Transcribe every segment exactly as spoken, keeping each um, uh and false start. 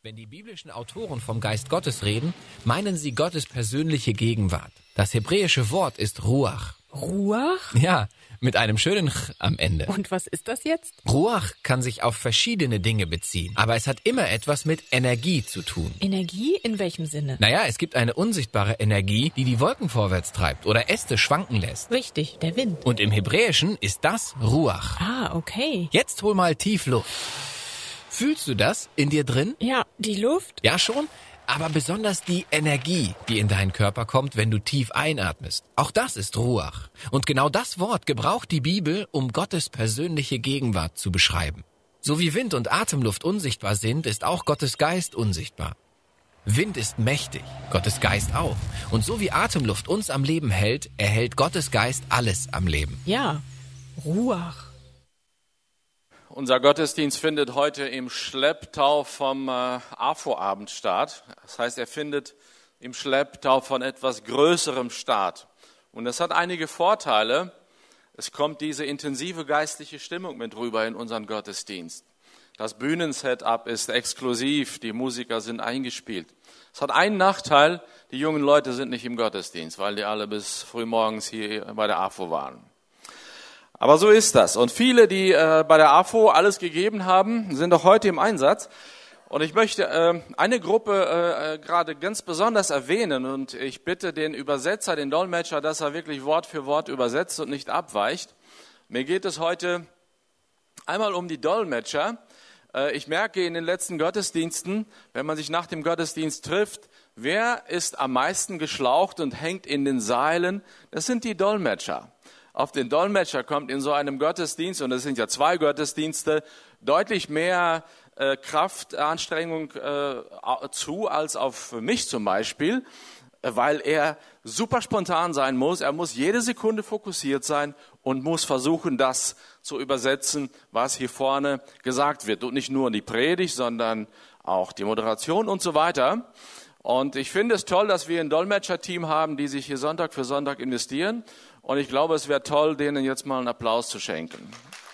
Wenn die biblischen Autoren vom Geist Gottes reden, meinen sie Gottes persönliche Gegenwart. Das hebräische Wort ist Ruach. Ruach? Ja, mit einem schönen Ch am Ende. Und was ist das jetzt? Ruach kann sich auf verschiedene Dinge beziehen, aber es hat immer etwas mit Energie zu tun. Energie? In welchem Sinne? Naja, es gibt eine unsichtbare Energie, die die Wolken vorwärts treibt oder Äste schwanken lässt. Richtig, der Wind. Und im Hebräischen ist das Ruach. Ah, okay. Jetzt hol mal tief Luft. Fühlst du das in dir drin? Ja, die Luft? Ja schon, aber besonders die Energie, die in deinen Körper kommt, wenn du tief einatmest. Auch das ist Ruach. Und genau das Wort gebraucht die Bibel, um Gottes persönliche Gegenwart zu beschreiben. So wie Wind und Atemluft unsichtbar sind, ist auch Gottes Geist unsichtbar. Wind ist mächtig, Gottes Geist auch. Und so wie Atemluft uns am Leben hält, erhält Gottes Geist alles am Leben. Ja, Ruach. Unser Gottesdienst findet heute im Schlepptau vom äh, A F O-Abend statt. Das heißt, er findet im Schlepptau von etwas Größerem statt. Und das hat einige Vorteile. Es kommt diese intensive geistliche Stimmung mit rüber in unseren Gottesdienst. Das Bühnensetup ist exklusiv, die Musiker sind eingespielt. Es hat einen Nachteil, die jungen Leute sind nicht im Gottesdienst, weil die alle bis frühmorgens hier bei der A F O waren. Aber so ist das. Und viele, die äh, bei der A F O alles gegeben haben, sind auch heute im Einsatz. Und ich möchte äh, eine Gruppe äh, gerade ganz besonders erwähnen. Und ich bitte den Übersetzer, den Dolmetscher, dass er wirklich Wort für Wort übersetzt und nicht abweicht. Mir geht es heute einmal um die Dolmetscher. Äh, ich merke in den letzten Gottesdiensten, wenn man sich nach dem Gottesdienst trifft, wer ist am meisten geschlaucht und hängt in den Seilen? Das sind die Dolmetscher. Auf den Dolmetscher kommt in so einem Gottesdienst, und es sind ja zwei Gottesdienste, deutlich mehr äh, Kraftanstrengung äh, zu als auf mich zum Beispiel, äh, weil er super spontan sein muss. Er muss jede Sekunde fokussiert sein und muss versuchen, das zu übersetzen, was hier vorne gesagt wird. Und nicht nur die Predigt, sondern auch die Moderation und so weiter. Und ich finde es toll, dass wir ein Dolmetscher-Team haben, die sich hier Sonntag für Sonntag investieren. Und ich glaube, es wäre toll, denen jetzt mal einen Applaus zu schenken.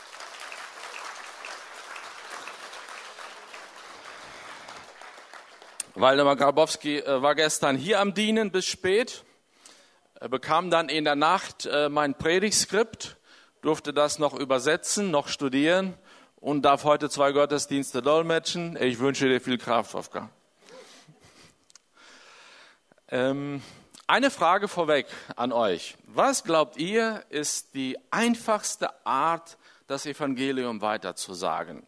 Waldemar Grabowski war gestern hier am Dienen bis spät. Er bekam dann in der Nacht mein Predigtskript, durfte das noch übersetzen, noch studieren und darf heute zwei Gottesdienste dolmetschen. Ich wünsche dir viel Kraft, Wolfgang. Ähm, eine Frage vorweg an euch. Was glaubt ihr, ist die einfachste Art, das Evangelium weiterzusagen?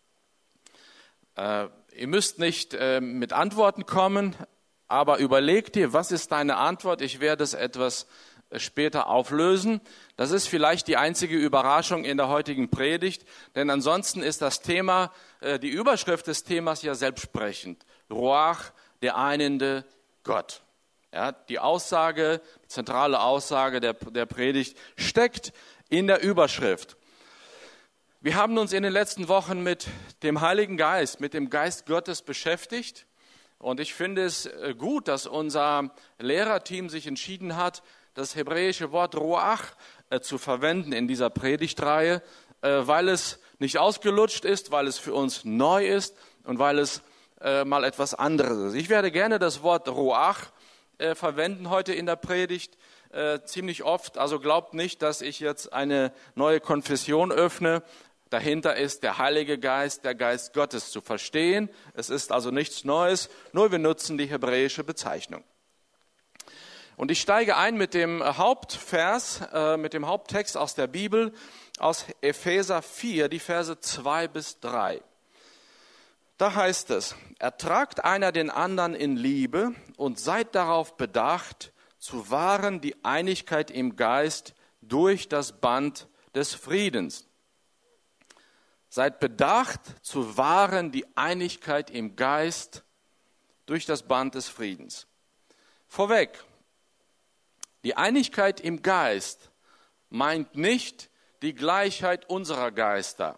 Äh, ihr müsst nicht äh, mit Antworten kommen, aber überlegt ihr, was ist deine Antwort? Ich werde es etwas äh, später auflösen. Das ist vielleicht die einzige Überraschung in der heutigen Predigt, denn ansonsten ist das Thema, äh, die Überschrift des Themas ja selbstsprechend. Ruach, der einende Gott. Ja, die Aussage, die zentrale Aussage der, der Predigt steckt in der Überschrift. Wir haben uns in den letzten Wochen mit dem Heiligen Geist, mit dem Geist Gottes beschäftigt. Und ich finde es gut, dass unser Lehrerteam sich entschieden hat, das hebräische Wort Ruach äh, zu verwenden in dieser Predigtreihe, äh, weil es nicht ausgelutscht ist, weil es für uns neu ist und weil es äh, mal etwas anderes ist. Ich werde gerne das Wort Ruach Äh, verwenden heute in der Predigt äh, ziemlich oft. Also glaubt nicht, dass ich jetzt eine neue Konfession öffne. Dahinter ist der Heilige Geist, der Geist Gottes zu verstehen. Es ist also nichts Neues, nur wir nutzen die hebräische Bezeichnung. Und ich steige ein mit dem Hauptvers, äh, mit dem Haupttext aus der Bibel, aus Epheser vier, die Verse zwei bis drei. Da heißt es, ertragt einer den anderen in Liebe und seid darauf bedacht, zu wahren die Einigkeit im Geist durch das Band des Friedens. Seid bedacht, zu wahren die Einigkeit im Geist durch das Band des Friedens. Vorweg, die Einigkeit im Geist meint nicht die Gleichheit unserer Geister.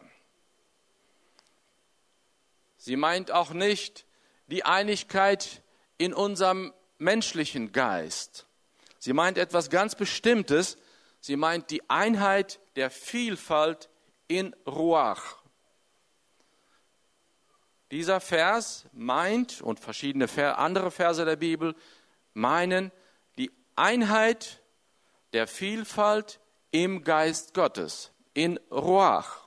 Sie meint auch nicht die Einigkeit in unserem menschlichen Geist. Sie meint etwas ganz Bestimmtes. Sie meint die Einheit der Vielfalt in Ruach. Dieser Vers meint, und verschiedene andere Verse der Bibel meinen, die Einheit der Vielfalt im Geist Gottes, in Ruach.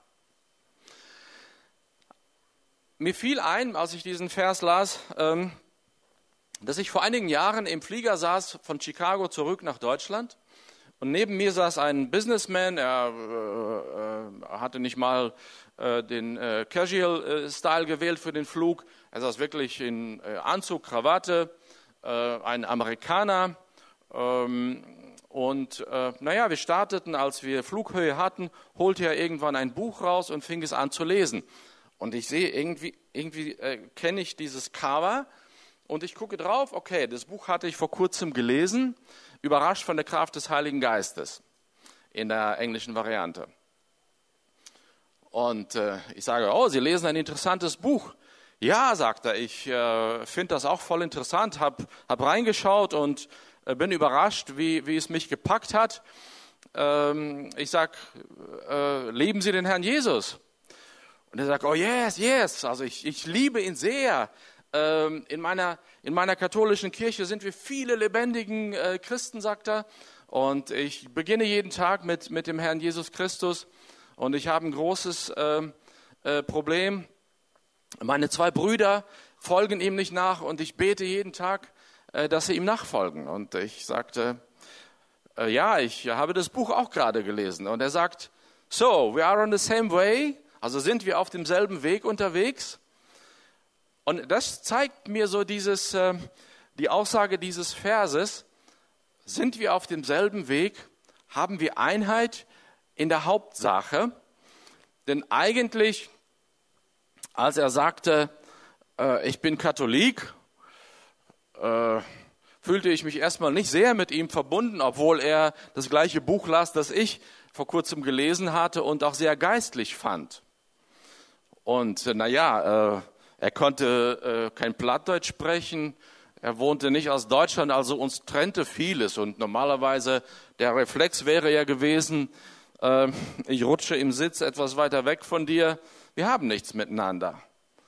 Mir fiel ein, als ich diesen Vers las, dass ich vor einigen Jahren im Flieger saß von Chicago zurück nach Deutschland. Und neben mir saß ein Businessman, er äh, hatte nicht mal äh, den äh, Casual-Style gewählt für den Flug. Er saß wirklich in äh, Anzug, Krawatte, äh, ein Amerikaner. Ähm, und äh, naja, wir starteten, als wir Flughöhe hatten, holte er irgendwann ein Buch raus und fing es an zu lesen. Und ich sehe, irgendwie, irgendwie äh, kenne ich dieses Cover und ich gucke drauf, okay, das Buch hatte ich vor kurzem gelesen, überrascht von der Kraft des Heiligen Geistes in der englischen Variante. Und äh, ich sage, oh, Sie lesen ein interessantes Buch. Ja, sagt er, ich äh, finde das auch voll interessant, habe hab reingeschaut und äh, bin überrascht, wie, wie es mich gepackt hat. Ähm, ich sage, äh, lieben Sie den Herrn Jesus? Und er sagt, oh yes, yes, also ich, ich liebe ihn sehr. Ähm, in meiner, in meiner katholischen Kirche sind wir viele lebendigen äh, Christen, sagt er. Und ich beginne jeden Tag mit, mit dem Herrn Jesus Christus. Und ich habe ein großes äh, äh, Problem. Meine zwei Brüder folgen ihm nicht nach und ich bete jeden Tag, äh, dass sie ihm nachfolgen. Und ich sagte, äh, ja, ich habe das Buch auch gerade gelesen. Und er sagt, so, we are on the same way. Also sind wir auf demselben Weg unterwegs. Und das zeigt mir so dieses, äh, die Aussage dieses Verses, sind wir auf demselben Weg, haben wir Einheit in der Hauptsache. Denn eigentlich, als er sagte, äh, ich bin Katholik, äh, fühlte ich mich erstmal nicht sehr mit ihm verbunden, obwohl er das gleiche Buch las, das ich vor kurzem gelesen hatte und auch sehr geistlich fand. Und äh, naja, äh, er konnte äh, kein Plattdeutsch sprechen, er wohnte nicht aus Deutschland, also uns trennte vieles. Und normalerweise der Reflex wäre ja gewesen, äh, ich rutsche im Sitz etwas weiter weg von dir, wir haben nichts miteinander.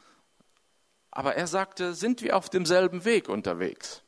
Aber er sagte, sind wir auf demselben Weg unterwegs?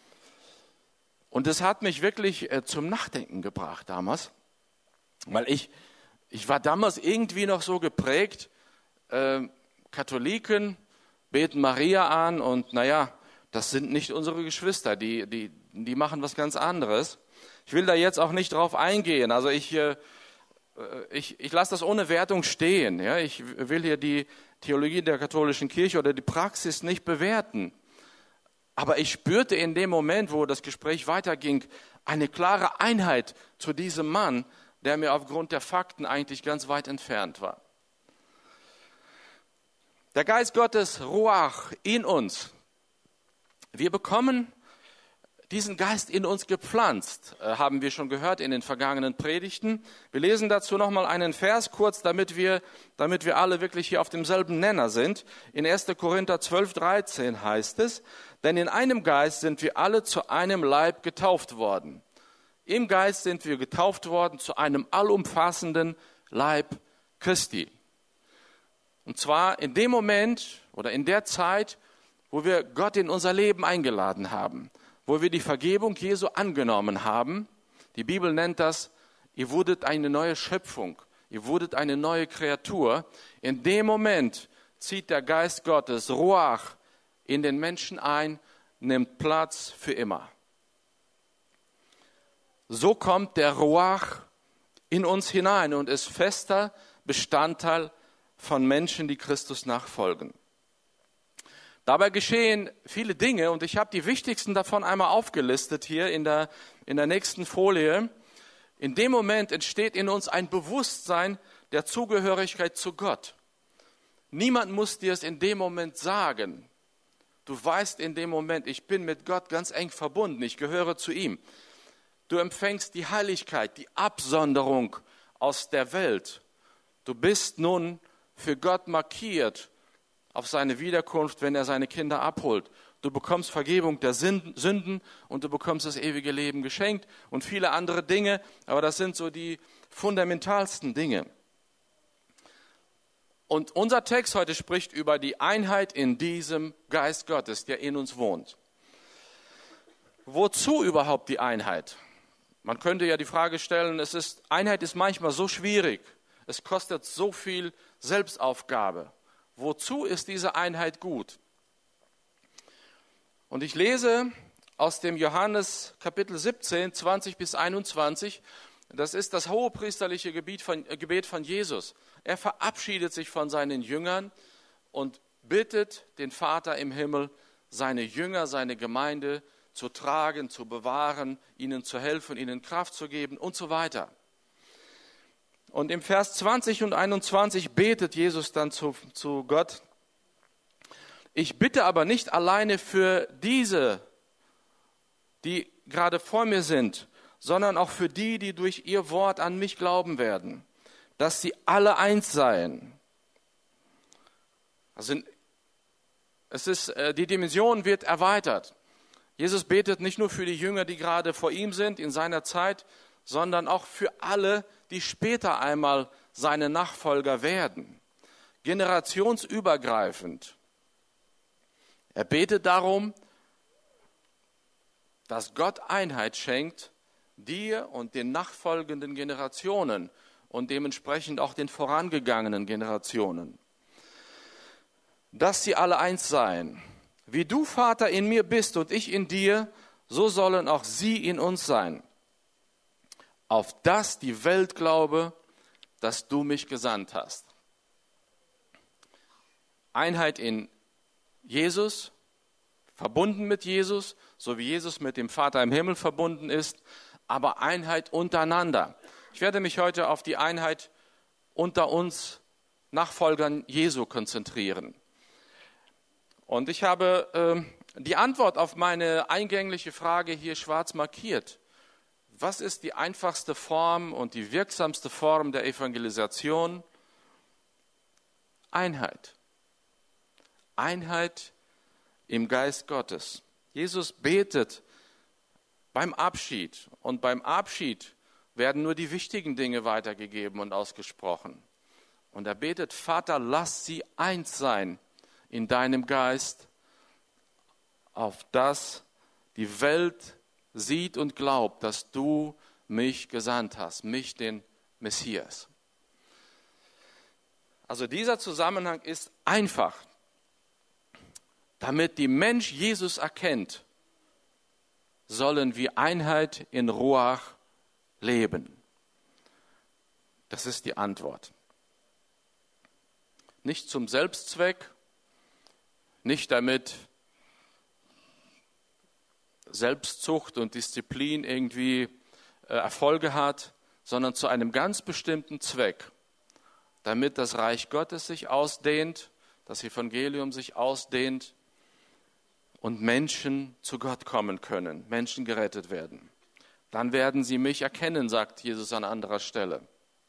Und das hat mich wirklich äh, zum Nachdenken gebracht damals, weil ich, ich war damals irgendwie noch so geprägt, äh, Katholiken beten Maria an und naja, das sind nicht unsere Geschwister, die, die, die machen was ganz anderes. Ich will da jetzt auch nicht drauf eingehen, also ich, äh, ich, ich lasse das ohne Wertung stehen. Ja? Ich will hier die Theologie der katholischen Kirche oder die Praxis nicht bewerten. Aber ich spürte in dem Moment, wo das Gespräch weiterging, eine klare Einheit zu diesem Mann, der mir aufgrund der Fakten eigentlich ganz weit entfernt war. Der Geist Gottes, Ruach, in uns. Wir bekommen diesen Geist in uns gepflanzt, äh, haben wir schon gehört in den vergangenen Predigten. Wir lesen dazu nochmal einen Vers kurz, damit wir, damit wir alle wirklich hier auf demselben Nenner sind. In erster Korinther zwölf, dreizehn heißt es, denn in einem Geist sind wir alle zu einem Leib getauft worden. Im Geist sind wir getauft worden zu einem allumfassenden Leib Christi. Und zwar in dem Moment oder in der Zeit, wo wir Gott in unser Leben eingeladen haben, wo wir die Vergebung Jesu angenommen haben. Die Bibel nennt das, ihr wurdet eine neue Schöpfung, ihr wurdet eine neue Kreatur. In dem Moment zieht der Geist Gottes, Ruach, in den Menschen ein, nimmt Platz für immer. So kommt der Ruach in uns hinein und ist fester Bestandteil von Menschen, die Christus nachfolgen. Dabei geschehen viele Dinge und ich habe die wichtigsten davon einmal aufgelistet hier in der, in der nächsten Folie. In dem Moment entsteht in uns ein Bewusstsein der Zugehörigkeit zu Gott. Niemand muss dir es in dem Moment sagen. Du weißt in dem Moment, ich bin mit Gott ganz eng verbunden, ich gehöre zu ihm. Du empfängst die Heiligkeit, die Absonderung aus der Welt. Du bist nun für Gott markiert auf seine Wiederkunft, wenn er seine Kinder abholt. Du bekommst Vergebung der Sünden und du bekommst das ewige Leben geschenkt und viele andere Dinge, aber das sind so die fundamentalsten Dinge. Und unser Text heute spricht über die Einheit in diesem Geist Gottes, der in uns wohnt. Wozu überhaupt die Einheit? Man könnte ja die Frage stellen, es ist, Einheit ist manchmal so schwierig, es kostet so viel Selbstaufgabe. Wozu ist diese Einheit gut? Und ich lese aus dem Johannes Kapitel siebzehn, zwanzig bis einundzwanzig, das ist das hohepriesterliche Gebet von, äh, Gebet von Jesus. Er verabschiedet sich von seinen Jüngern und bittet den Vater im Himmel, seine Jünger, seine Gemeinde zu tragen, zu bewahren, ihnen zu helfen, ihnen Kraft zu geben und so weiter. Und im Vers zwanzig und einundzwanzig betet Jesus dann zu, zu Gott: Ich bitte aber nicht alleine für diese, die gerade vor mir sind, sondern auch für die, die durch ihr Wort an mich glauben werden, dass sie alle eins seien. Also es ist, die Dimension wird erweitert. Jesus betet nicht nur für die Jünger, die gerade vor ihm sind in seiner Zeit, sondern auch für alle, die später einmal seine Nachfolger werden. Generationsübergreifend. Er betet darum, dass Gott Einheit schenkt, dir und den nachfolgenden Generationen und dementsprechend auch den vorangegangenen Generationen. Dass sie alle eins seien. Wie du, Vater, in mir bist und ich in dir, so sollen auch sie in uns sein. Auf das die Welt glaube, dass du mich gesandt hast. Einheit in Jesus, verbunden mit Jesus, so wie Jesus mit dem Vater im Himmel verbunden ist, aber Einheit untereinander. Ich werde mich heute auf die Einheit unter uns Nachfolgern Jesu konzentrieren. Und ich habe äh, die Antwort auf meine eingängliche Frage hier schwarz markiert. Was ist die einfachste Form und die wirksamste Form der Evangelisation? Einheit. Einheit im Geist Gottes. Jesus betet beim Abschied. Und beim Abschied werden nur die wichtigen Dinge weitergegeben und ausgesprochen. Und er betet: Vater, lass sie eins sein in deinem Geist, auf das die Welt sieht und glaubt, dass du mich gesandt hast, mich, den Messias. Also dieser Zusammenhang ist einfach. Damit die Mensch Jesus erkennt, sollen wir Einheit in Ruach leben. Das ist die Antwort. Nicht zum Selbstzweck, nicht damit Selbstzucht und Disziplin irgendwie äh, Erfolge hat, sondern zu einem ganz bestimmten Zweck, damit das Reich Gottes sich ausdehnt, das Evangelium sich ausdehnt und Menschen zu Gott kommen können, Menschen gerettet werden. Dann werden sie mich erkennen, sagt Jesus an anderer Stelle.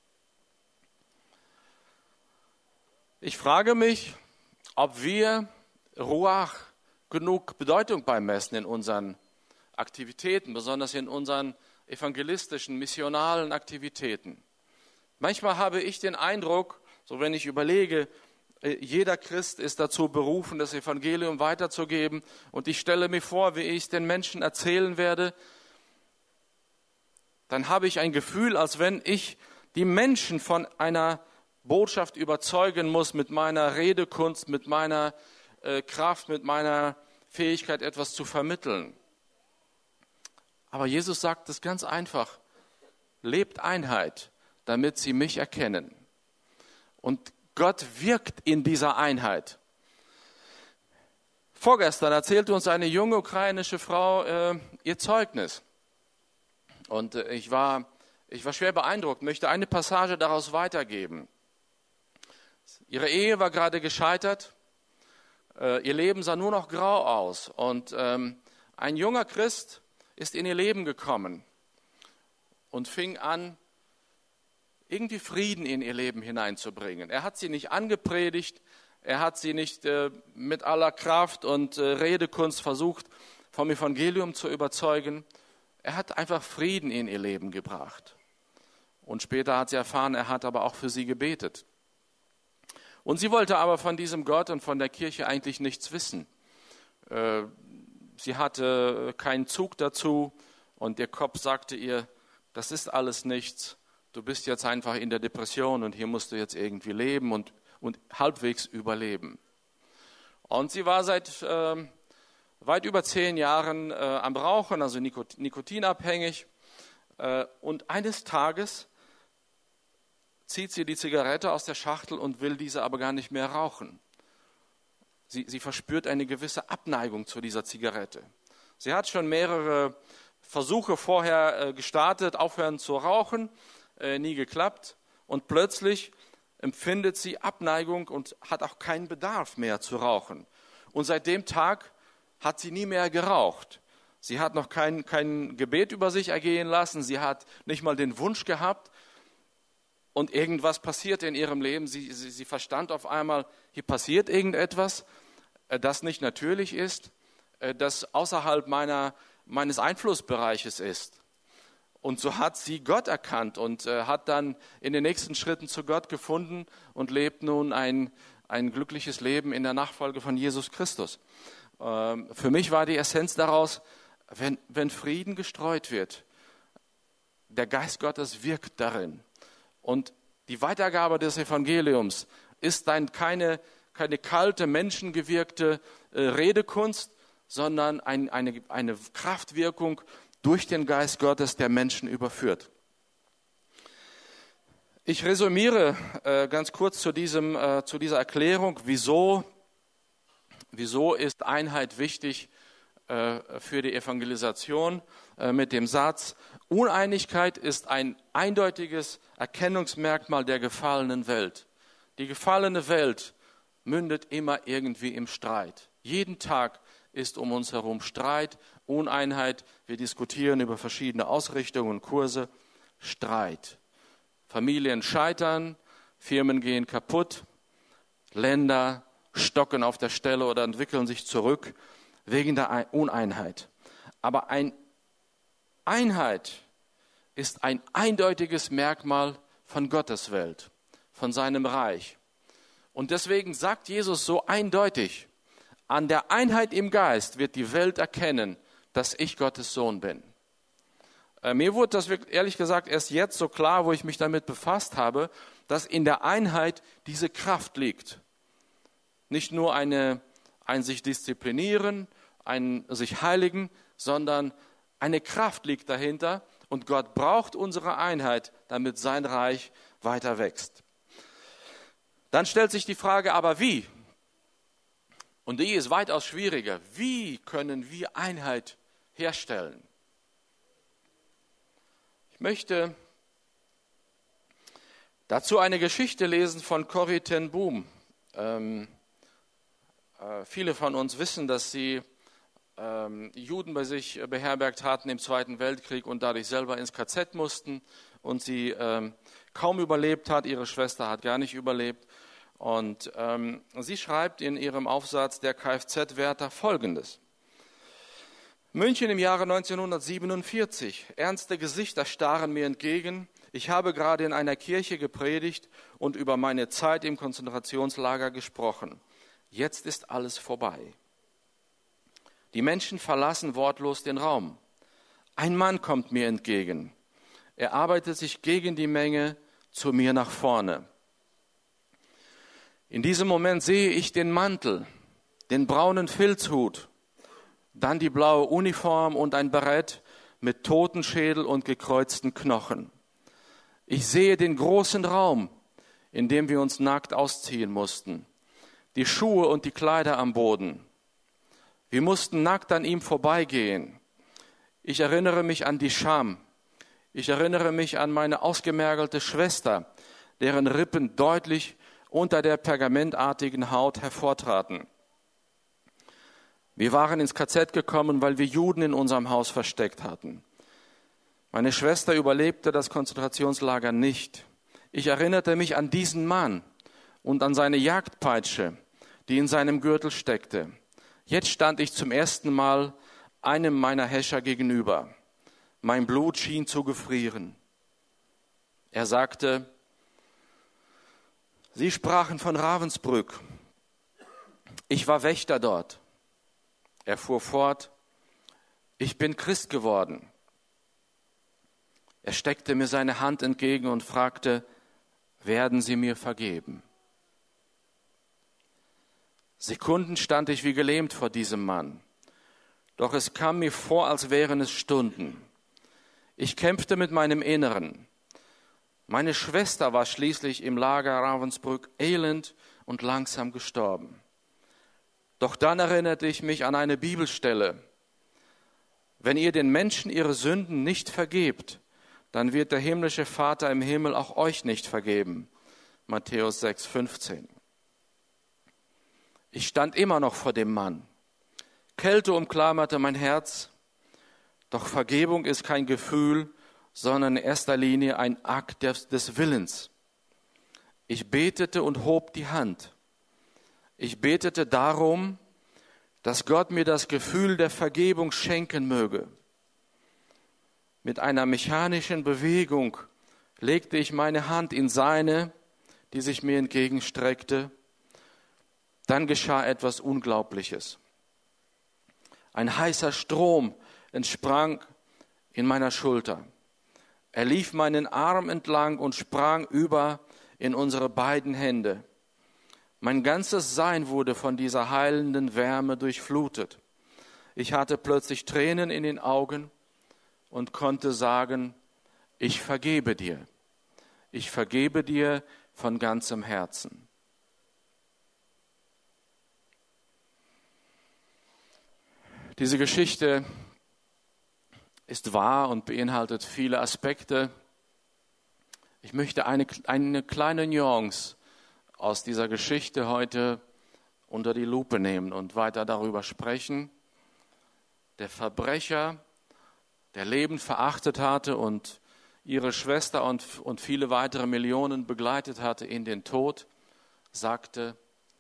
Ich frage mich, ob wir Ruach genug Bedeutung beimessen in unseren Aktivitäten, besonders in unseren evangelistischen, missionalen Aktivitäten. Manchmal habe ich den Eindruck, so wenn ich überlege, jeder Christ ist dazu berufen, das Evangelium weiterzugeben, und ich stelle mir vor, wie ich es den Menschen erzählen werde, dann habe ich ein Gefühl, als wenn ich die Menschen von einer Botschaft überzeugen muss mit meiner Redekunst, mit meiner äh, Kraft, mit meiner Fähigkeit, etwas zu vermitteln. Aber Jesus sagt es ganz einfach: Lebt Einheit, damit sie mich erkennen. Und Gott wirkt in dieser Einheit. Vorgestern erzählte uns eine junge ukrainische Frau äh, ihr Zeugnis. Und äh, ich war, ich war schwer beeindruckt, möchte eine Passage daraus weitergeben. Ihre Ehe war gerade gescheitert, äh, ihr Leben sah nur noch grau aus. Und ähm, ein junger Christ ist in ihr Leben gekommen und fing an, irgendwie Frieden in ihr Leben hineinzubringen. Er hat sie nicht angepredigt, er hat sie nicht äh, mit aller Kraft und äh, Redekunst versucht, vom Evangelium zu überzeugen. Er hat einfach Frieden in ihr Leben gebracht. Und später hat sie erfahren, er hat aber auch für sie gebetet. Und sie wollte aber von diesem Gott und von der Kirche eigentlich nichts wissen. Äh, sie hatte keinen Zug dazu und ihr Kopf sagte ihr, das ist alles nichts. Du bist jetzt einfach in der Depression und hier musst du jetzt irgendwie leben und, und halbwegs überleben. Und sie war seit äh, weit über zehn Jahren äh, am Rauchen, also nikot- nikotinabhängig. Äh, und eines Tages zieht sie die Zigarette aus der Schachtel und will diese aber gar nicht mehr rauchen. Sie, sie verspürt eine gewisse Abneigung zu dieser Zigarette. Sie hat schon mehrere Versuche vorher äh, gestartet, aufhören zu rauchen, äh, nie geklappt. Und plötzlich empfindet sie Abneigung und hat auch keinen Bedarf mehr zu rauchen. Und seit dem Tag hat sie nie mehr geraucht. Sie hat noch kein, kein Gebet über sich ergehen lassen. Sie hat nicht mal den Wunsch gehabt. Und irgendwas passierte in ihrem Leben. Sie, sie, sie verstand auf einmal, hier passiert irgendetwas, äh, das nicht natürlich ist, äh, das außerhalb meiner, meines Einflussbereiches ist. Und so hat sie Gott erkannt und äh, hat dann in den nächsten Schritten zu Gott gefunden und lebt nun ein, ein glückliches Leben in der Nachfolge von Jesus Christus. Ähm, für mich war die Essenz daraus, wenn, wenn Frieden gestreut wird, der Geist Gottes wirkt darin. Und die Weitergabe des Evangeliums ist dann keine, keine kalte, menschengewirkte äh, Redekunst, sondern ein, eine, eine Kraftwirkung durch den Geist Gottes, der Menschen überführt. Ich resümiere äh, ganz kurz zu, diesem, äh, zu dieser Erklärung, wieso, wieso ist Einheit wichtig äh, für die Evangelisation äh, mit dem Satz, Uneinigkeit ist ein eindeutiges Erkennungsmerkmal der gefallenen Welt. Die gefallene Welt mündet immer irgendwie im Streit. Jeden Tag ist um uns herum Streit, Uneinheit. Wir diskutieren über verschiedene Ausrichtungen und Kurse. Streit. Familien scheitern, Firmen gehen kaputt, Länder stocken auf der Stelle oder entwickeln sich zurück wegen der Uneinheit. Aber ein Einheit ist ein eindeutiges Merkmal von Gottes Welt, von seinem Reich. Und deswegen sagt Jesus so eindeutig, an der Einheit im Geist wird die Welt erkennen, dass ich Gottes Sohn bin. Äh, mir wurde das ehrlich gesagt erst jetzt so klar, wo ich mich damit befasst habe, dass in der Einheit diese Kraft liegt. Nicht nur eine, ein sich disziplinieren, ein sich heiligen, sondern eine Kraft liegt dahinter und Gott braucht unsere Einheit, damit sein Reich weiter wächst. Dann stellt sich die Frage, aber wie? Und die ist weitaus schwieriger. Wie können wir Einheit herstellen? Ich möchte dazu eine Geschichte lesen von Corrie ten Boom. Ähm, äh, viele von uns wissen, dass sie ähm, Juden bei sich beherbergt hatten im Zweiten Weltkrieg und dadurch selber ins K Z mussten und sie ähm, kaum überlebt hat. Ihre Schwester hat gar nicht überlebt. Und ähm, sie schreibt in ihrem Aufsatz Der Kfz-Wärter Folgendes. München im Jahre neunzehnhundertsiebenundvierzig. Ernste Gesichter starren mir entgegen. Ich habe gerade in einer Kirche gepredigt und über meine Zeit im Konzentrationslager gesprochen. Jetzt ist alles vorbei. Die Menschen verlassen wortlos den Raum. Ein Mann kommt mir entgegen. Er arbeitet sich gegen die Menge zu mir nach vorne. In diesem Moment sehe ich den Mantel, den braunen Filzhut, dann die blaue Uniform und ein Barett mit Totenschädel und gekreuzten Knochen. Ich sehe den großen Raum, in dem wir uns nackt ausziehen mussten, die Schuhe und die Kleider am Boden. Wir mussten nackt an ihm vorbeigehen. Ich erinnere mich an die Scham. Ich erinnere mich an meine ausgemergelte Schwester, deren Rippen deutlich unter der pergamentartigen Haut hervortraten. Wir waren ins K Z gekommen, weil wir Juden in unserem Haus versteckt hatten. Meine Schwester überlebte das Konzentrationslager nicht. Ich erinnerte mich an diesen Mann und an seine Jagdpeitsche, die in seinem Gürtel steckte. Jetzt stand ich zum ersten Mal einem meiner Häscher gegenüber. Mein Blut schien zu gefrieren. Er sagte, Sie sprachen von Ravensbrück. Ich war Wächter dort. Er fuhr fort, ich bin Christ geworden. Er steckte mir seine Hand entgegen und fragte, werden Sie mir vergeben? Sekunden stand ich wie gelähmt vor diesem Mann. Doch es kam mir vor, als wären es Stunden. Ich kämpfte mit meinem Inneren. Meine Schwester war schließlich im Lager Ravensbrück elend und langsam gestorben. Doch dann erinnerte ich mich an eine Bibelstelle. Wenn ihr den Menschen ihre Sünden nicht vergebt, dann wird der himmlische Vater im Himmel auch euch nicht vergeben. Matthäus sechs, fünfzehn. Ich stand immer noch vor dem Mann. Kälte umklammerte mein Herz. Doch Vergebung ist kein Gefühl, sondern in erster Linie ein Akt des, des Willens. Ich betete und hob die Hand. Ich betete darum, dass Gott mir das Gefühl der Vergebung schenken möge. Mit einer mechanischen Bewegung legte ich meine Hand in seine, die sich mir entgegenstreckte. Dann geschah etwas Unglaubliches. Ein heißer Strom entsprang in meiner Schulter. Er lief meinen Arm entlang und sprang über in unsere beiden Hände. Mein ganzes Sein wurde von dieser heilenden Wärme durchflutet. Ich hatte plötzlich Tränen in den Augen und konnte sagen, ich vergebe dir. Ich vergebe dir von ganzem Herzen. Diese Geschichte ist wahr und beinhaltet viele Aspekte. Ich möchte eine, eine kleine Nuance aus dieser Geschichte heute unter die Lupe nehmen und weiter darüber sprechen. Der Verbrecher, der Leben verachtet hatte und ihre Schwester und, und viele weitere Millionen begleitet hatte in den Tod, sagte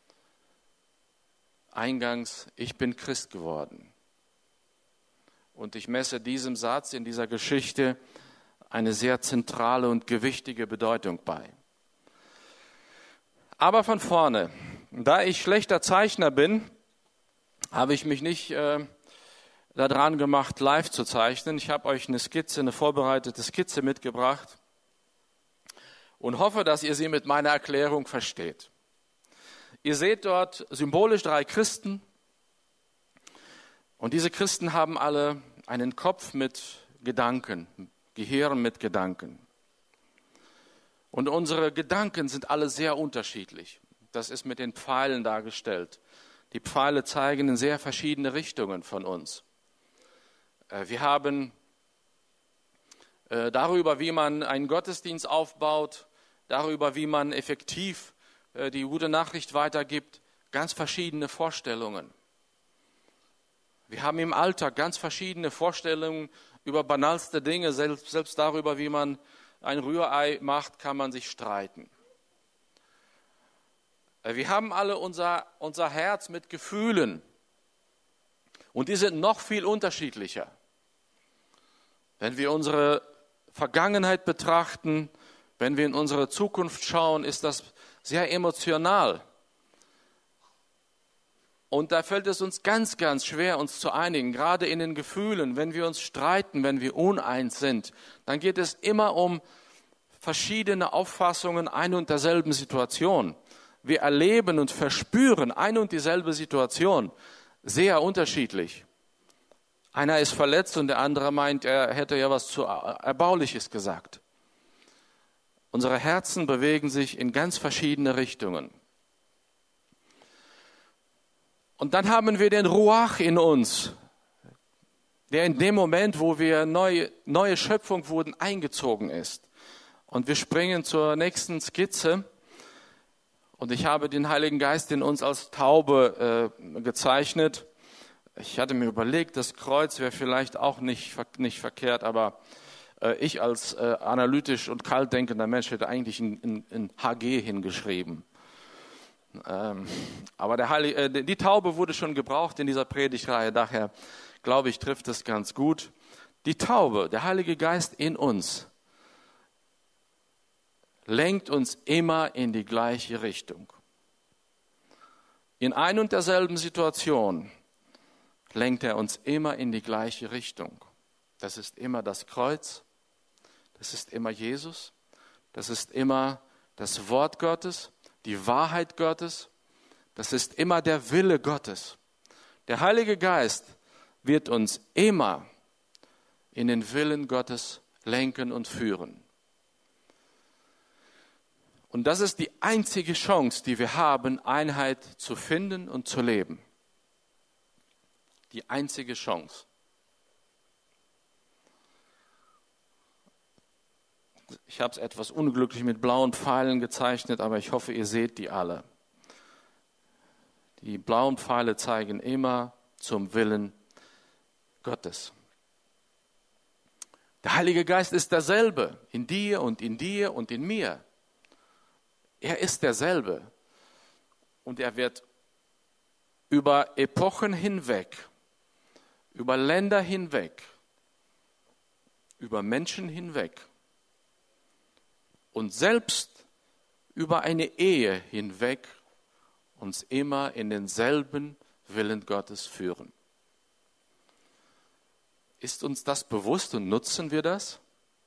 eingangs, ich bin Christ geworden. Und ich messe diesem Satz in dieser Geschichte eine sehr zentrale und gewichtige Bedeutung bei. Aber von vorne, da ich schlechter Zeichner bin, habe ich mich nicht äh, daran gemacht, live zu zeichnen. Ich habe euch eine Skizze, eine vorbereitete Skizze mitgebracht und hoffe, dass ihr sie mit meiner Erklärung versteht. Ihr seht dort symbolisch drei Christen und diese Christen haben alle einen Kopf mit Gedanken, Gehirn mit Gedanken. Und unsere Gedanken sind alle sehr unterschiedlich. Das ist mit den Pfeilen dargestellt. Die Pfeile zeigen in sehr verschiedene Richtungen von uns. Wir haben darüber, wie man einen Gottesdienst aufbaut, darüber, wie man effektiv die gute Nachricht weitergibt, ganz verschiedene Vorstellungen. Wir haben im Alltag ganz verschiedene Vorstellungen über banalste Dinge, selbst, selbst darüber, wie man ein Rührei macht, kann man sich streiten. Wir haben alle unser, unser Herz mit Gefühlen und die sind noch viel unterschiedlicher. Wenn wir unsere Vergangenheit betrachten, wenn wir in unsere Zukunft schauen, ist das sehr emotional. Und da fällt es uns ganz, ganz schwer, uns zu einigen, gerade in den Gefühlen. Wenn wir uns streiten, wenn wir uneins sind, dann geht es immer um verschiedene Auffassungen ein und derselben Situation. Wir erleben und verspüren ein und dieselbe Situation sehr unterschiedlich. Einer ist verletzt und der andere meint, er hätte ja was zu Erbauliches gesagt. Unsere Herzen bewegen sich in ganz verschiedene Richtungen. Und dann haben wir den Ruach in uns, der in dem Moment, wo wir neue, neue Schöpfung wurden, eingezogen ist. Und wir springen zur nächsten Skizze. Und ich habe den Heiligen Geist in uns als Taube äh, gezeichnet. Ich hatte mir überlegt, das Kreuz wäre vielleicht auch nicht, nicht verkehrt, aber äh, ich als äh, analytisch und kalt denkender Mensch hätte eigentlich ein, ein, ein H G hingeschrieben. Ähm, aber der Heilige, äh, die Taube wurde schon gebraucht in dieser Predigtreihe, daher glaube ich, trifft es ganz gut. Die Taube, der Heilige Geist in uns, lenkt uns immer in die gleiche Richtung. In ein und derselben Situation lenkt er uns immer in die gleiche Richtung. Das ist immer das Kreuz, das ist immer Jesus, das ist immer das Wort Gottes, die Wahrheit Gottes, das ist immer der Wille Gottes. Der Heilige Geist wird uns immer in den Willen Gottes lenken und führen. Und das ist die einzige Chance, die wir haben, Einheit zu finden und zu leben. Die einzige Chance. Ich habe es etwas unglücklich mit blauen Pfeilen gezeichnet, aber ich hoffe, ihr seht die alle. Die blauen Pfeile zeigen immer zum Willen Gottes. Der Heilige Geist ist derselbe in dir und in dir und in mir. Er ist derselbe und er wird über Epochen hinweg, über Länder hinweg, über Menschen hinweg und selbst über eine Ehe hinweg uns immer in denselben Willen Gottes führen. Ist uns das bewusst und nutzen wir das?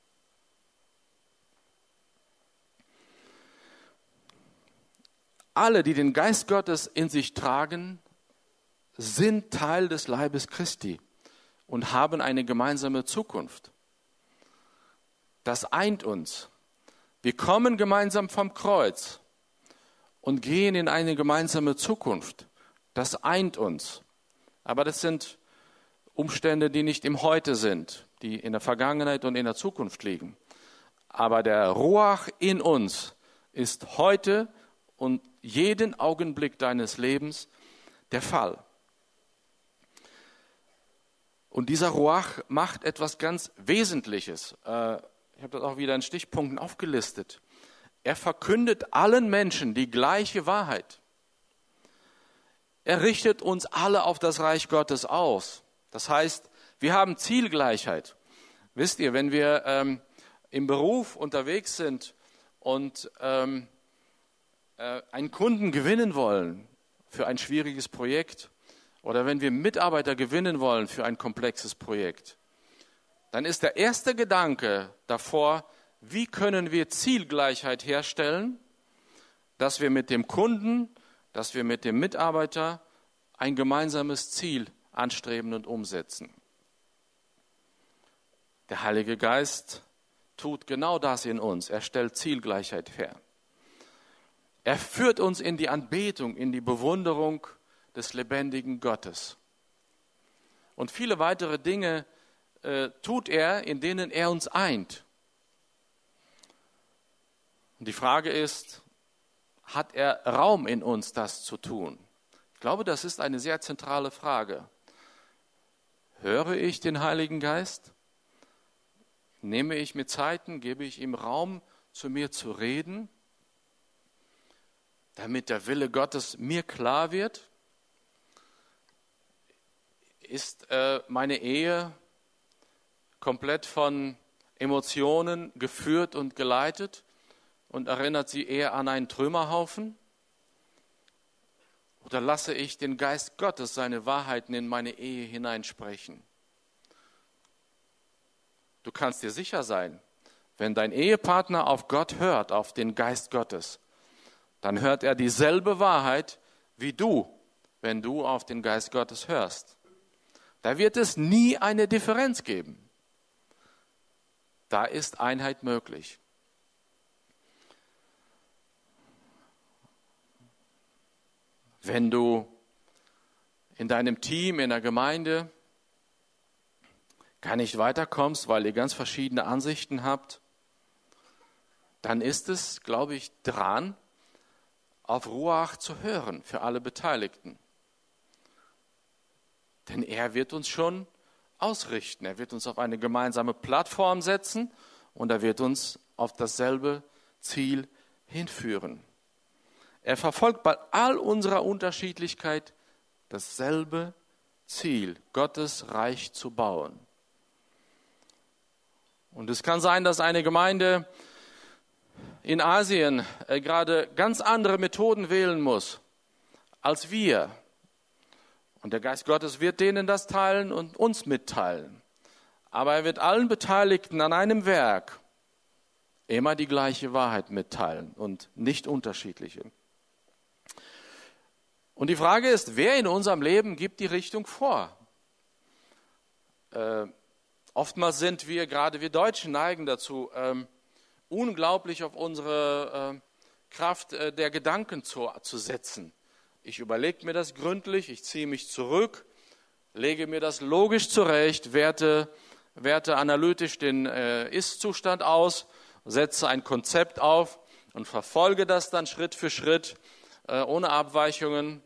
Alle, die den Geist Gottes in sich tragen, sind Teil des Leibes Christi und haben eine gemeinsame Zukunft. Das eint uns. Wir kommen gemeinsam vom Kreuz und gehen in eine gemeinsame Zukunft. Das eint uns. Aber das sind Umstände, die nicht im Heute sind, die in der Vergangenheit und in der Zukunft liegen. Aber der Ruach in uns ist heute und jeden Augenblick deines Lebens der Fall. Und dieser Ruach macht etwas ganz Wesentliches. Ich habe das auch wieder in Stichpunkten aufgelistet. Er verkündet allen Menschen die gleiche Wahrheit. Er richtet uns alle auf das Reich Gottes aus. Das heißt, wir haben Zielgleichheit. Wisst ihr, wenn wir ähm, im Beruf unterwegs sind und ähm, äh, einen Kunden gewinnen wollen für ein schwieriges Projekt oder wenn wir Mitarbeiter gewinnen wollen für ein komplexes Projekt, dann ist der erste Gedanke davor, wie können wir Zielgleichheit herstellen, dass wir mit dem Kunden, dass wir mit dem Mitarbeiter ein gemeinsames Ziel anstreben und umsetzen. Der Heilige Geist tut genau das in uns. Er stellt Zielgleichheit her. Er führt uns in die Anbetung, in die Bewunderung des lebendigen Gottes. Und viele weitere Dinge äh, tut er, in denen er uns eint. Und die Frage ist, hat er Raum in uns, das zu tun? Ich glaube, das ist eine sehr zentrale Frage. Höre ich den Heiligen Geist? Nehme ich mir Zeiten, gebe ich ihm Raum, zu mir zu reden, damit der Wille Gottes mir klar wird? Ist äh, meine Ehe komplett von Emotionen geführt und geleitet und erinnert sie eher an einen Trümmerhaufen? Oder lasse ich den Geist Gottes seine Wahrheiten in meine Ehe hineinsprechen? Du kannst dir sicher sein, wenn dein Ehepartner auf Gott hört, auf den Geist Gottes, dann hört er dieselbe Wahrheit wie du, wenn du auf den Geist Gottes hörst. Da wird es nie eine Differenz geben. Da ist Einheit möglich. Wenn du in deinem Team, in der Gemeinde gar nicht weiterkommst, weil ihr ganz verschiedene Ansichten habt, dann ist es, glaube ich, dran, auf Ruach zu hören für alle Beteiligten. Denn er wird uns schon ausrichten. Er wird uns auf eine gemeinsame Plattform setzen und er wird uns auf dasselbe Ziel hinführen. Er verfolgt bei all unserer Unterschiedlichkeit dasselbe Ziel, Gottes Reich zu bauen. Und es kann sein, dass eine Gemeinde in Asien äh, gerade ganz andere Methoden wählen muss als wir. Und der Geist Gottes wird denen das teilen und uns mitteilen. Aber er wird allen Beteiligten an einem Werk immer die gleiche Wahrheit mitteilen und nicht unterschiedliche. Und die Frage ist, wer in unserem Leben gibt die Richtung vor? Äh, oftmals sind wir, gerade wir Deutschen neigen dazu, ähm, unglaublich auf unsere äh, Kraft äh, der Gedanken zu, zu setzen. Ich überlege mir das gründlich, ich ziehe mich zurück, lege mir das logisch zurecht, werte, werte analytisch den äh, Ist-Zustand aus, setze ein Konzept auf und verfolge das dann Schritt für Schritt, äh, ohne Abweichungen.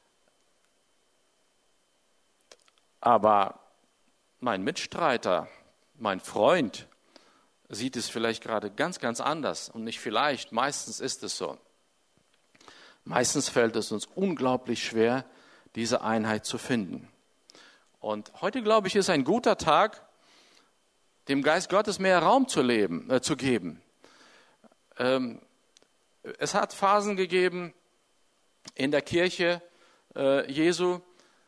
Aber mein Mitstreiter, mein Freund, sieht es vielleicht gerade ganz, ganz anders. Und nicht vielleicht, meistens ist es so. Meistens fällt es uns unglaublich schwer, diese Einheit zu finden. Und heute, glaube ich, ist ein guter Tag, dem Geist Gottes mehr Raum zu, leben, äh, zu geben. Ähm, es hat Phasen gegeben in der Kirche äh, Jesu,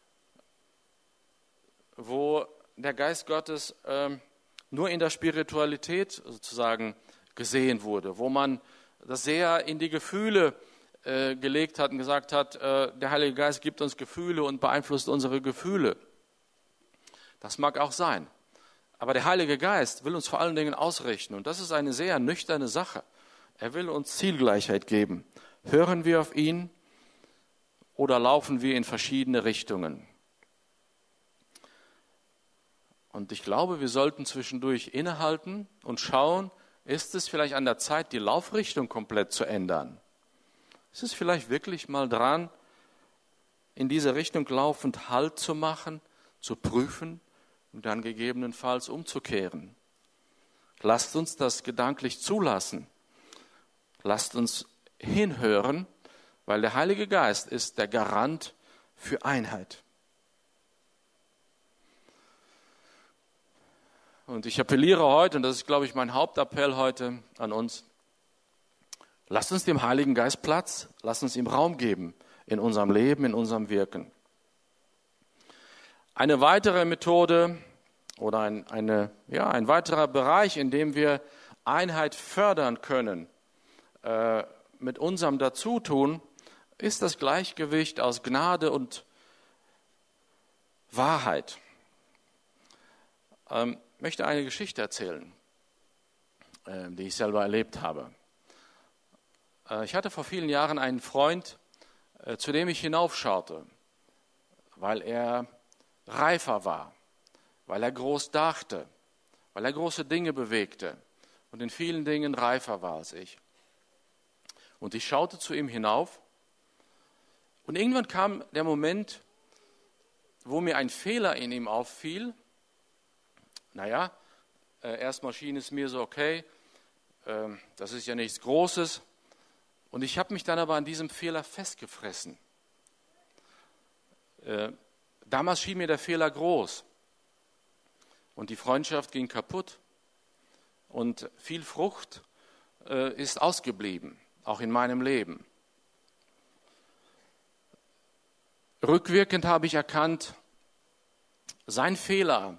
wo der Geist Gottes äh, nur in der Spiritualität sozusagen gesehen wurde, wo man das sehr in die Gefühle äh, gelegt hat und gesagt hat, äh, der Heilige Geist gibt uns Gefühle und beeinflusst unsere Gefühle. Das mag auch sein. Aber der Heilige Geist will uns vor allen Dingen ausrichten. Und das ist eine sehr nüchterne Sache. Er will uns Zielgleichheit geben. Hören wir auf ihn oder laufen wir in verschiedene Richtungen? Und ich glaube, wir sollten zwischendurch innehalten und schauen, ist es vielleicht an der Zeit, die Laufrichtung komplett zu ändern? Ist es vielleicht wirklich mal dran, in diese Richtung laufend Halt zu machen, zu prüfen und dann gegebenenfalls umzukehren? Lasst uns das gedanklich zulassen. Lasst uns hinhören, weil der Heilige Geist ist der Garant für Einheit. Und ich appelliere heute, und das ist, glaube ich, mein Hauptappell heute an uns, lasst uns dem Heiligen Geist Platz, lasst uns ihm Raum geben in unserem Leben, in unserem Wirken. Eine weitere Methode oder ein, eine, ja, ein weiterer Bereich, in dem wir Einheit fördern können, äh, mit unserem Dazutun, ist das Gleichgewicht aus Gnade und Wahrheit. Ähm, ich möchte eine Geschichte erzählen, äh, die ich selber erlebt habe. Äh, ich hatte vor vielen Jahren einen Freund, äh, zu dem ich hinaufschaute, weil er reifer war, weil er groß dachte, weil er große Dinge bewegte und in vielen Dingen reifer war als ich. Und ich schaute zu ihm hinauf und irgendwann kam der Moment, wo mir ein Fehler in ihm auffiel. Naja, äh, erstmal schien es mir so, okay, äh, das ist ja nichts Großes. Und ich habe mich dann aber an diesem Fehler festgefressen. Äh, damals schien mir der Fehler groß. Und die Freundschaft ging kaputt. Und viel Frucht äh, ist ausgeblieben, auch in meinem Leben. Rückwirkend habe ich erkannt, sein Fehler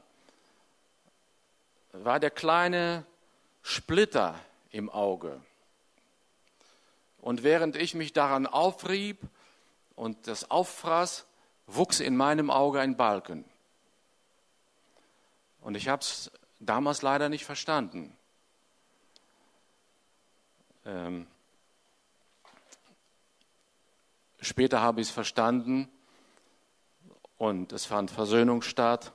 war der kleine Splitter im Auge. Und während ich mich daran aufrieb und das auffraß, wuchs in meinem Auge ein Balken. Und ich habe es damals leider nicht verstanden. Ähm, später habe ich es verstanden und es fand Versöhnung statt.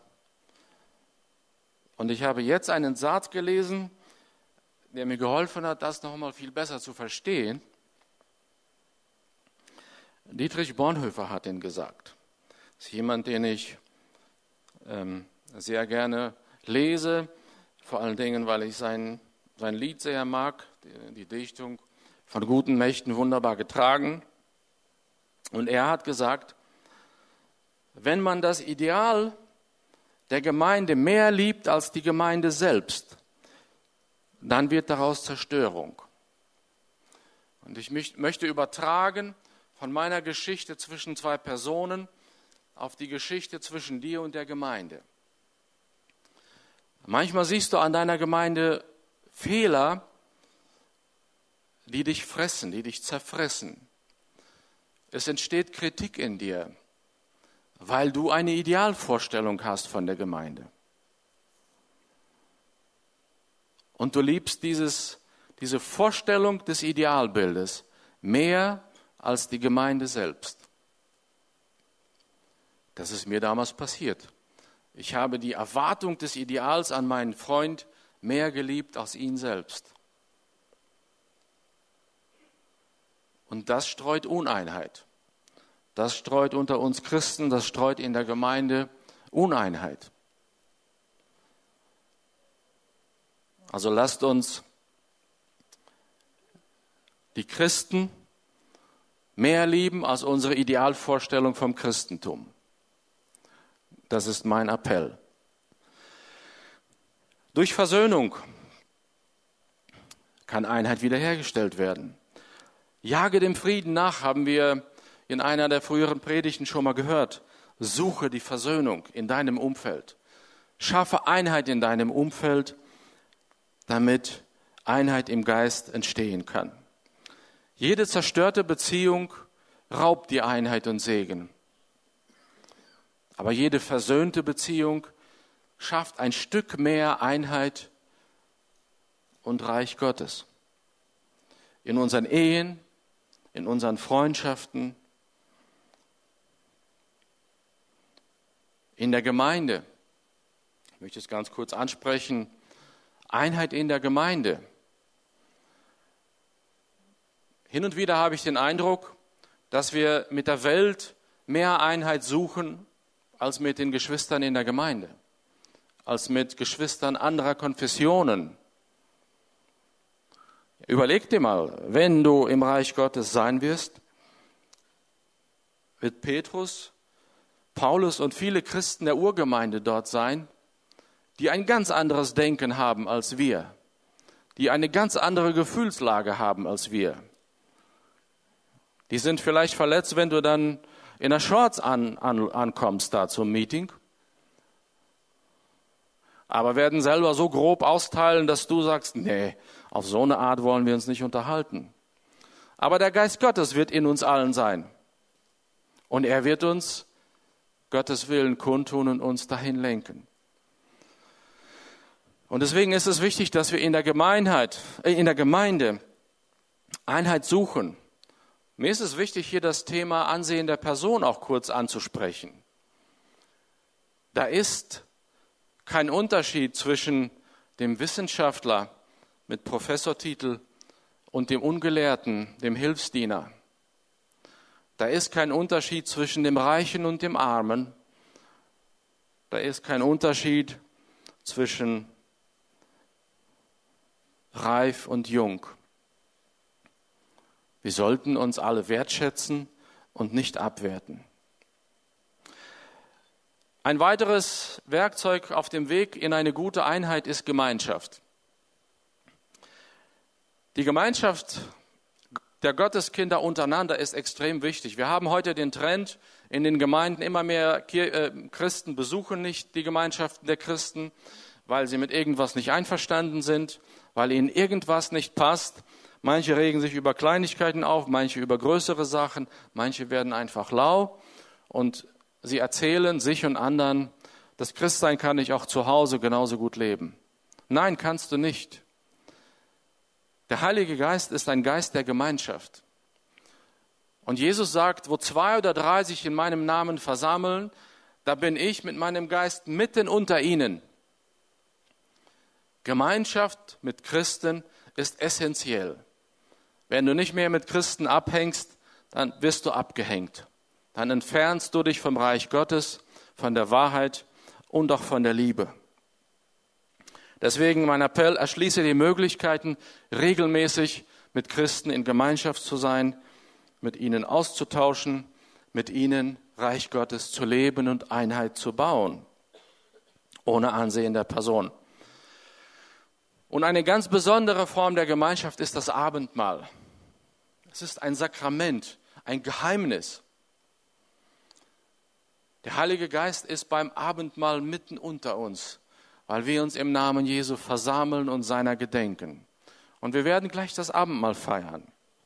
Und ich habe jetzt einen Satz gelesen, der mir geholfen hat, das nochmal viel besser zu verstehen. Dietrich Bonhoeffer hat ihn gesagt. Das ist jemand, den ich ähm, sehr gerne lese, vor allen Dingen, weil ich sein, sein Lied sehr mag, die, die Dichtung von guten Mächten wunderbar getragen. Und er hat gesagt, wenn man das Ideal der Gemeinde mehr liebt als die Gemeinde selbst, dann wird daraus Zerstörung. Und ich mich, möchte übertragen von meiner Geschichte zwischen zwei Personen auf die Geschichte zwischen dir und der Gemeinde. Manchmal siehst du an deiner Gemeinde Fehler, die dich fressen, die dich zerfressen. Es entsteht Kritik in dir, weil du eine Idealvorstellung hast von der Gemeinde. Und du liebst dieses, diese Vorstellung des Idealbildes mehr als die Gemeinde selbst. Das ist mir damals passiert. Ich habe die Erwartung des Ideals an meinen Freund mehr geliebt als ihn selbst. Und das streut Uneinheit. Das streut unter uns Christen, das streut in der Gemeinde Uneinheit. Also lasst uns die Christen mehr lieben als unsere Idealvorstellung vom Christentum. Das ist mein Appell. Durch Versöhnung kann Einheit wiederhergestellt werden. Jage dem Frieden nach, haben wir in einer der früheren Predigten schon mal gehört. Suche die Versöhnung in deinem Umfeld. Schaffe Einheit in deinem Umfeld, damit Einheit im Geist entstehen kann. Jede zerstörte Beziehung raubt die Einheit und Segen. Aber jede versöhnte Beziehung schafft ein Stück mehr Einheit und Reich Gottes. In unseren Ehen, in unseren Freundschaften, in der Gemeinde. Ich möchte es ganz kurz ansprechen. Einheit in der Gemeinde. Hin und wieder habe ich den Eindruck, dass wir mit der Welt mehr Einheit suchen als mit den Geschwistern in der Gemeinde, als mit Geschwistern anderer Konfessionen. Überleg dir mal, wenn du im Reich Gottes sein wirst, wird Petrus, Paulus und viele Christen der Urgemeinde dort sein, die ein ganz anderes Denken haben als wir, die eine ganz andere Gefühlslage haben als wir. Die sind vielleicht verletzt, wenn du dann in der Shorts an, an, ankommst da zum Meeting, aber werden selber so grob austeilen, dass du sagst, nee, auf so eine Art wollen wir uns nicht unterhalten. Aber der Geist Gottes wird in uns allen sein. Und er wird uns Gottes Willen kundtun und uns dahin lenken. Und deswegen ist es wichtig, dass wir in der Gemeinheit, äh, in der Gemeinde Einheit suchen. Mir ist es wichtig, hier das Thema Ansehen der Person auch kurz anzusprechen. Da ist kein Unterschied zwischen dem Wissenschaftler mit Professortitel und dem Ungelehrten, dem Hilfsdiener. Da ist kein Unterschied zwischen dem Reichen und dem Armen. Da ist kein Unterschied zwischen reif und jung. Wir sollten uns alle wertschätzen und nicht abwerten. Ein weiteres Werkzeug auf dem Weg in eine gute Einheit ist Gemeinschaft. Die Gemeinschaft der Gotteskinder untereinander ist extrem wichtig. Wir haben heute den Trend in den Gemeinden, immer mehr Christen besuchen nicht die Gemeinschaften der Christen, weil sie mit irgendwas nicht einverstanden sind, weil ihnen irgendwas nicht passt. Manche regen sich über Kleinigkeiten auf, manche über größere Sachen, manche werden einfach lau und sie erzählen sich und anderen, das Christsein kann ich auch zu Hause genauso gut leben. Nein, kannst du nicht. Der Heilige Geist ist ein Geist der Gemeinschaft. Und Jesus sagt, wo zwei oder drei sich in meinem Namen versammeln, da bin ich mit meinem Geist mitten unter ihnen. Gemeinschaft mit Christen ist essentiell. Wenn du nicht mehr mit Christen abhängst, dann wirst du abgehängt. Dann entfernst du dich vom Reich Gottes, von der Wahrheit und auch von der Liebe. Deswegen mein Appell, erschließe die Möglichkeiten, regelmäßig mit Christen in Gemeinschaft zu sein, mit ihnen auszutauschen, mit ihnen Reich Gottes zu leben und Einheit zu bauen, ohne Ansehen der Person. Und eine ganz besondere Form der Gemeinschaft ist das Abendmahl. Es ist ein Sakrament, ein Geheimnis. Der Heilige Geist ist beim Abendmahl mitten unter uns, weil wir uns im Namen Jesu versammeln und seiner gedenken. Und wir werden gleich das Abendmahl feiern.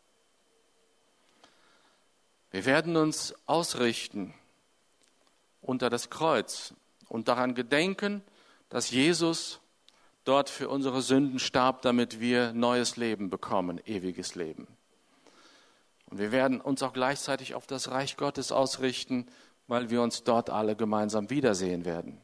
Wir werden uns ausrichten unter das Kreuz und daran gedenken, dass Jesus dort für unsere Sünden starb, damit wir neues Leben bekommen, ewiges Leben. Und wir werden uns auch gleichzeitig auf das Reich Gottes ausrichten, weil wir uns dort alle gemeinsam wiedersehen werden.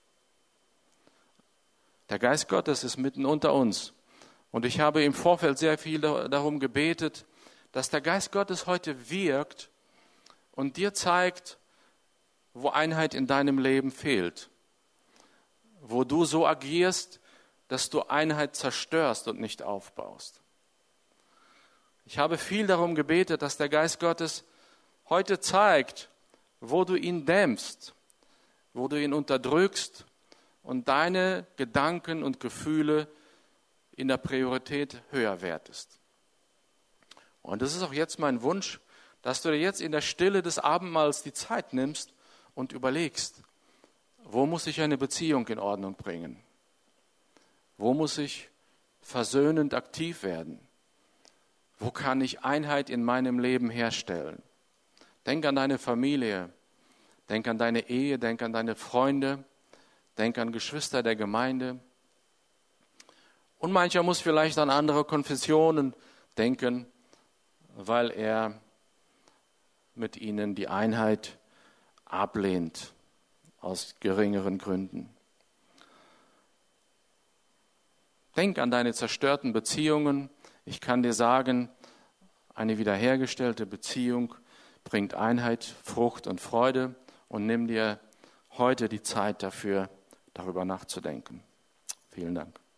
Der Geist Gottes ist mitten unter uns. Und ich habe im Vorfeld sehr viel darum gebetet, dass der Geist Gottes heute wirkt und dir zeigt, wo Einheit in deinem Leben fehlt. Wo du so agierst, dass du Einheit zerstörst und nicht aufbaust. Ich habe viel darum gebetet, dass der Geist Gottes heute zeigt, wo du ihn dämmst, wo du ihn unterdrückst und deine Gedanken und Gefühle in der Priorität höher wertest. Und das ist auch jetzt mein Wunsch, dass du dir jetzt in der Stille des Abendmahls die Zeit nimmst und überlegst, wo muss ich eine Beziehung in Ordnung bringen? Wo muss ich versöhnend aktiv werden? Wo kann ich Einheit in meinem Leben herstellen? Denk an deine Familie, denk an deine Ehe, denk an deine Freunde, denk an Geschwister der Gemeinde. Und mancher muss vielleicht an andere Konfessionen denken, weil er mit ihnen die Einheit ablehnt aus geringeren Gründen. Denk an deine zerstörten Beziehungen. Ich kann dir sagen, eine wiederhergestellte Beziehung bringt Einheit, Frucht und Freude, und nimm dir heute die Zeit dafür, darüber nachzudenken. Vielen Dank.